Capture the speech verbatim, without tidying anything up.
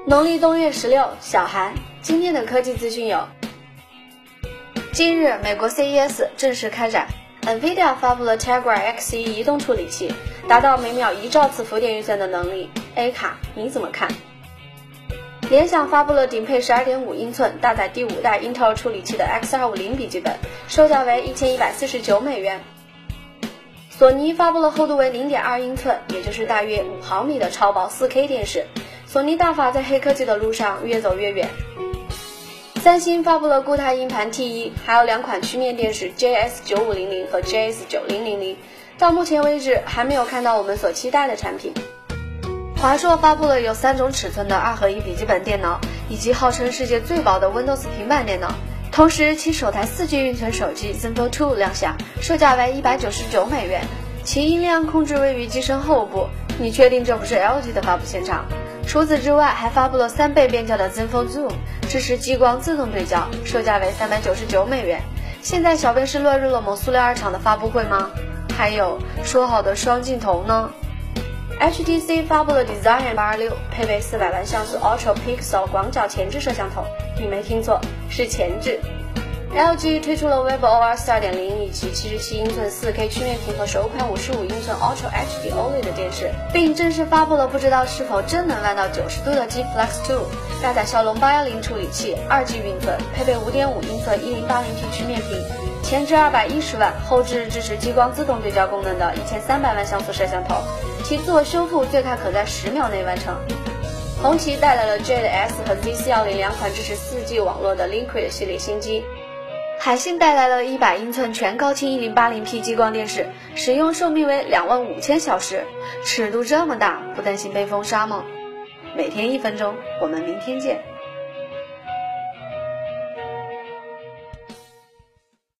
农历冬月十六，小寒。今天的科技资讯有：近日，美国 C E S 正式开展 ，NVIDIA 发布了 Tegra X 一 移动处理器，达到每秒一兆次浮点运算的能力。A 卡，你怎么看？联想发布了顶配 十二点五英寸、搭载第五代 Intel 处理器的 X 二五零 笔记本，售价为一千一百四十九美元。索尼发布了厚度为 零点二英寸，也就是大约五毫米的超薄 四K 电视。索尼大法在黑科技的路上越走越远。三星发布了固态硬盘 T 一，还有两款曲面电视 J S 九五零零 和 J S 九零零零，到目前为止还没有看到我们所期待的产品。华硕发布了有三种尺寸的二合一笔记本电脑，以及号称世界最薄的 Windows 平板电脑。同时，其首台 四 G 运存手机 Zenfone 二亮相，售价为一百九十九美元，其音量控制位于机身后部。你确定这不是 L G 的发布现场？除此之外，还发布了三倍变焦的 Zenfone Zoom， 支持激光自动对焦，售价为三百九十九美元。现在小编是乱入了某塑料二厂的发布会吗？还有说好的双镜头呢？ H T C 发布了 Design 八二六，配备四百万像素 Ultra Pixel 广角前置摄像头，你没听错，是前置。L G 推出了 WebOS 二点零 以及七十七英寸 四K 曲面屏和首款五十五英寸 Ultra H D O L E D 的电视，并正式发布了不知道是否真能弯到九十度的 G Flex 二，搭载骁龙八一零处理器， 二 G 运存，配备 五点五英寸 一零八零 P 曲面屏，前置二百一十万，后置支持激光自动对焦功能的一千三百万像素摄像头，其自我修复最快可在十秒内完成。红旗带来了 Jade S 和 Z 四一零 两款支持 四 G 网络的 Liquid 系列新机。海信带来了一百英寸全高清 一零八零 P 激光电视，使用寿命为两万五千小时，尺度这么大，不担心被封杀吗？每天一分钟，我们明天见。